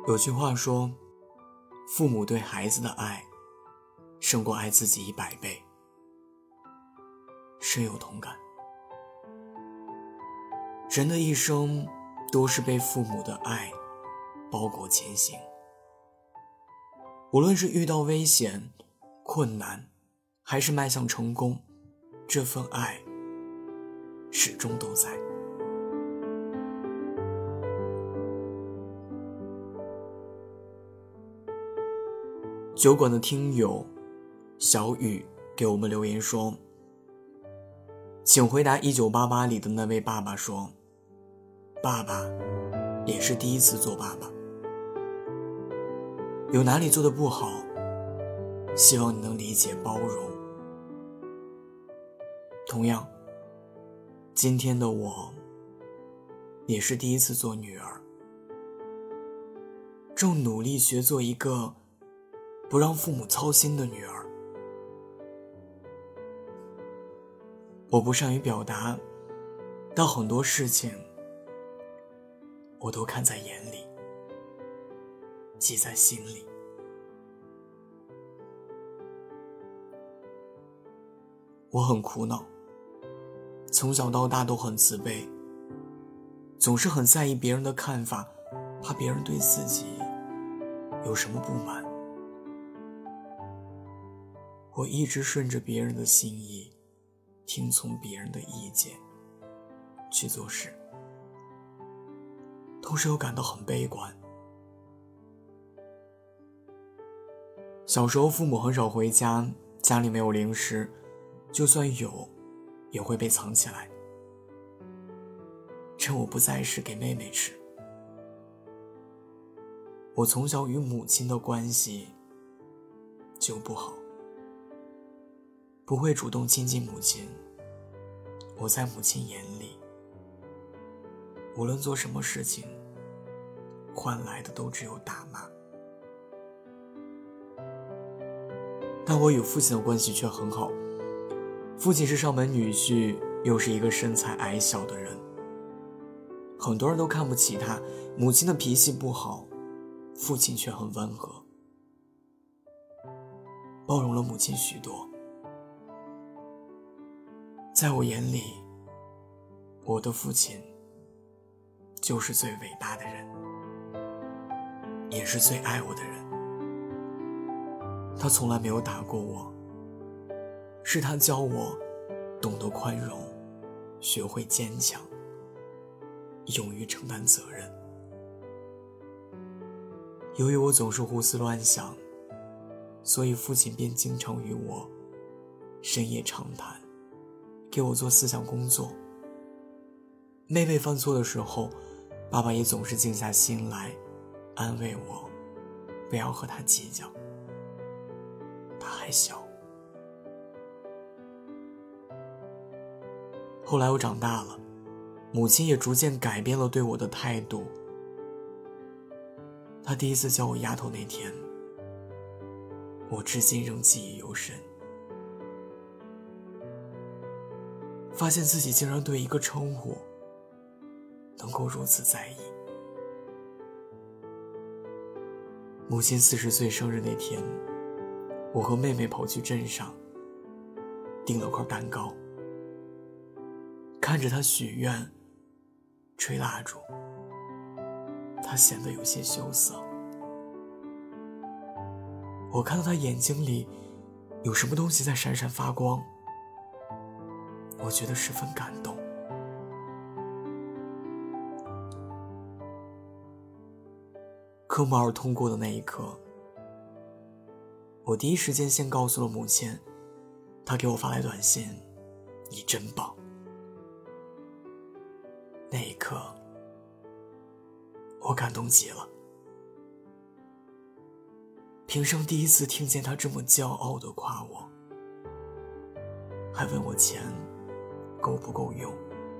有句话说，父母对孩子的爱胜过爱自己100倍，深有同感。人的一生都是被父母的爱包裹前行，无论是遇到危险、困难，还是迈向成功，这份爱始终都在。酒馆的听友小雨给我们留言说，请回答1988里的那位爸爸说，爸爸也是第一次做爸爸，有哪里做得不好，希望你能理解包容。同样，今天的我也是第一次做女儿，正努力学做一个不让父母操心的女儿。我不善于表达，但很多事情我都看在眼里，记在心里。我很苦恼，从小到大都很自卑，总是很在意别人的看法，怕别人对自己有什么不满。我一直顺着别人的心意，听从别人的意见去做事，同时又感到很悲观。小时候父母很少回家，家里没有零食，就算有也会被藏起来，趁我不在时给妹妹吃。我从小与母亲的关系就不好，不会主动亲近母亲。我在母亲眼里，无论做什么事情，换来的都只有打骂。但我与父亲的关系却很好，父亲是上门女婿，又是一个身材矮小的人，很多人都看不起他。母亲的脾气不好，父亲却很温和，包容了母亲许多。在我眼里，我的父亲就是最伟大的人，也是最爱我的人。他从来没有打过我，是他教我懂得宽容，学会坚强，勇于承担责任。由于我总是胡思乱想，所以父亲便经常与我深夜长谈，给我做思想工作。妹妹犯错的时候，爸爸也总是静下心来安慰我，不要和她计较，她还小。后来我长大了，母亲也逐渐改变了对我的态度。她第一次叫我丫头那天，我至今仍记忆犹深，发现自己竟然对一个称呼能够如此在意。母亲40岁生日那天，我和妹妹跑去镇上订了块蛋糕，看着她许愿吹蜡烛，她显得有些羞涩。我看到她眼睛里有什么东西在闪闪发光，我觉得十分感动。科目2通过的那一刻，我第一时间先告诉了母亲，她给我发来短信，你真棒。那一刻我感动极了，平生第一次听见她这么骄傲地夸我，还问我钱够不够用，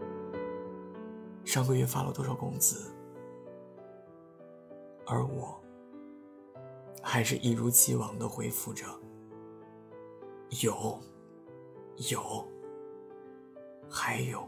上个月发了多少工资，而我还是一如既往地回复着有还有。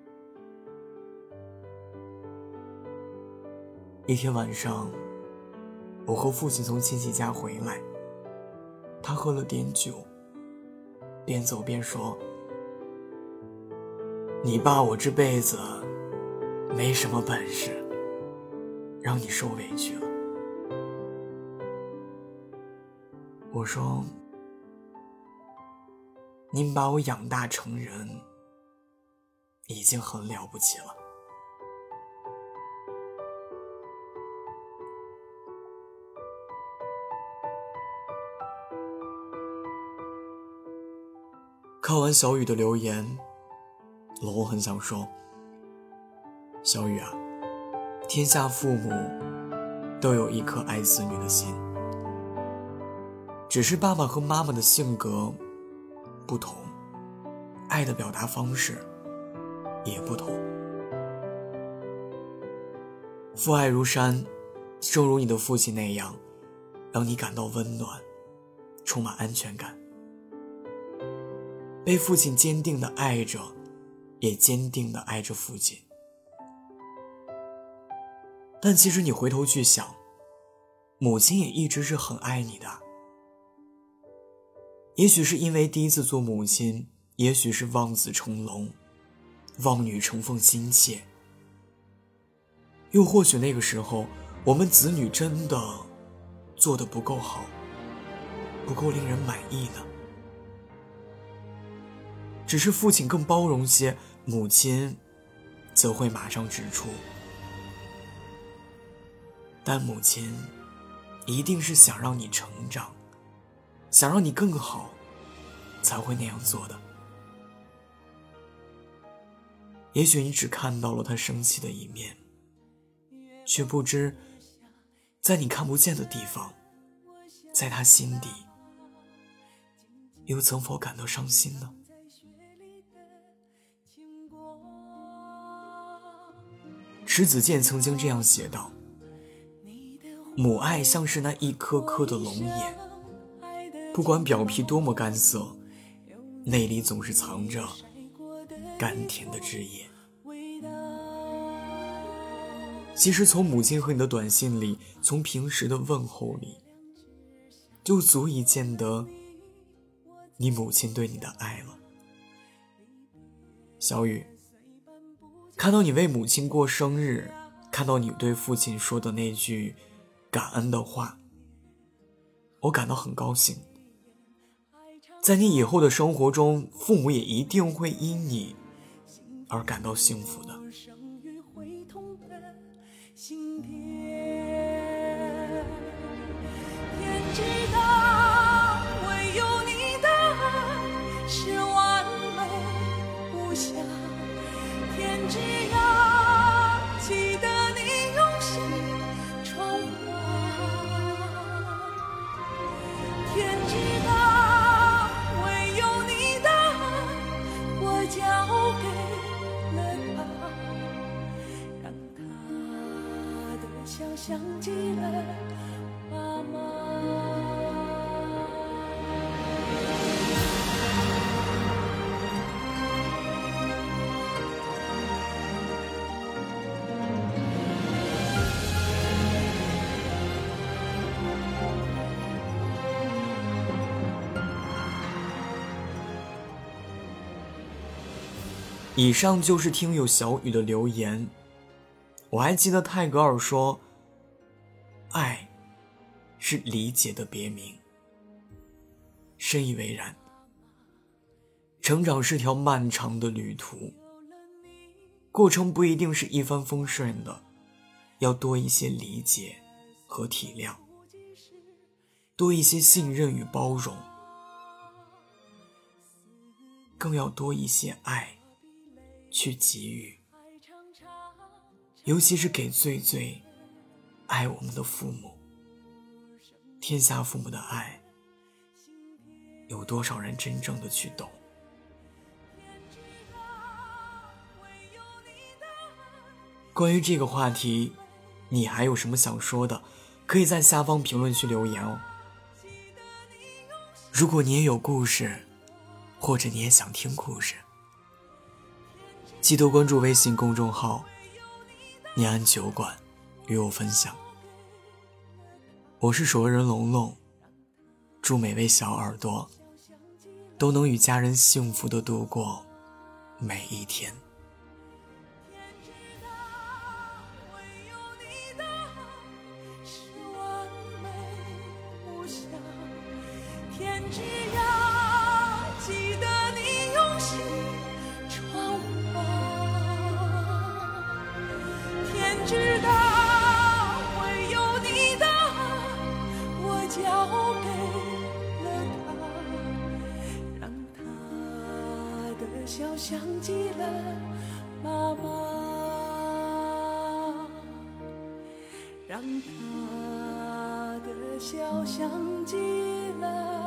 一天晚上， 我和父亲从亲戚家回来，他喝了点酒，边走边说：“你爸我这辈子没什么本事，让你受委屈了。”我说：“您把我养大成人，已经很了不起了。”看完小雨的留言，老红很想说：“小雨啊，天下父母都有一颗爱子女的心，只是爸爸和妈妈的性格不同，爱的表达方式也不同。父爱如山，正如你的父亲那样，让你感到温暖，充满安全感。被父亲坚定地爱着，也坚定地爱着父亲。但其实你回头去想，母亲也一直是很爱你的。也许是因为第一次做母亲，也许是望子成龙，望女成凤心切，又或许那个时候我们子女真的做得不够好，不够令人满意呢。只是父亲更包容些，母亲则会马上指出，但母亲一定是想让你成长，想让你更好，才会那样做的。也许你只看到了他生气的一面，却不知在你看不见的地方，在他心底又曾否感到伤心呢？迟子建曾经这样写道：母爱像是那一颗颗的龙眼，不管表皮多么干涩，内里总是藏着甘甜的汁液。其实从母亲和你的短信里，从平时的问候里，就足以见得你母亲对你的爱了。小雨，看到你为母亲过生日，看到你对父亲说的那句感恩的话，我感到很高兴。在你以后的生活中，父母也一定会因你而感到幸福的。 天知道，唯有你的爱是完美无瑕。天知道，记得你用心传话。天知道，唯有你的爱我交给了他，让他的笑想起了妈妈。 以上就是听友小雨的留言。我还记得泰戈尔说，爱是理解的别名，深以为然。成长是条漫长的旅途，过程不一定是一帆风顺的，要多一些理解和体谅，多一些信任与包容，更要多一些爱去给予，尤其是给最最爱我们的父母。天下父母的爱，有多少人真正的去懂？关于这个话题，你还有什么想说的？可以在下方评论区留言哦。如果你也有故事，或者你也想听故事，记得关注微信公众号念安酒馆与我分享。 我是守人龙龙，祝每位小耳朵都能与家人幸福地度过每一天。 天知道，记得你用心闯祸。天知道，唯有你的我交给了他，让他的笑像极了妈妈，让他的笑像极了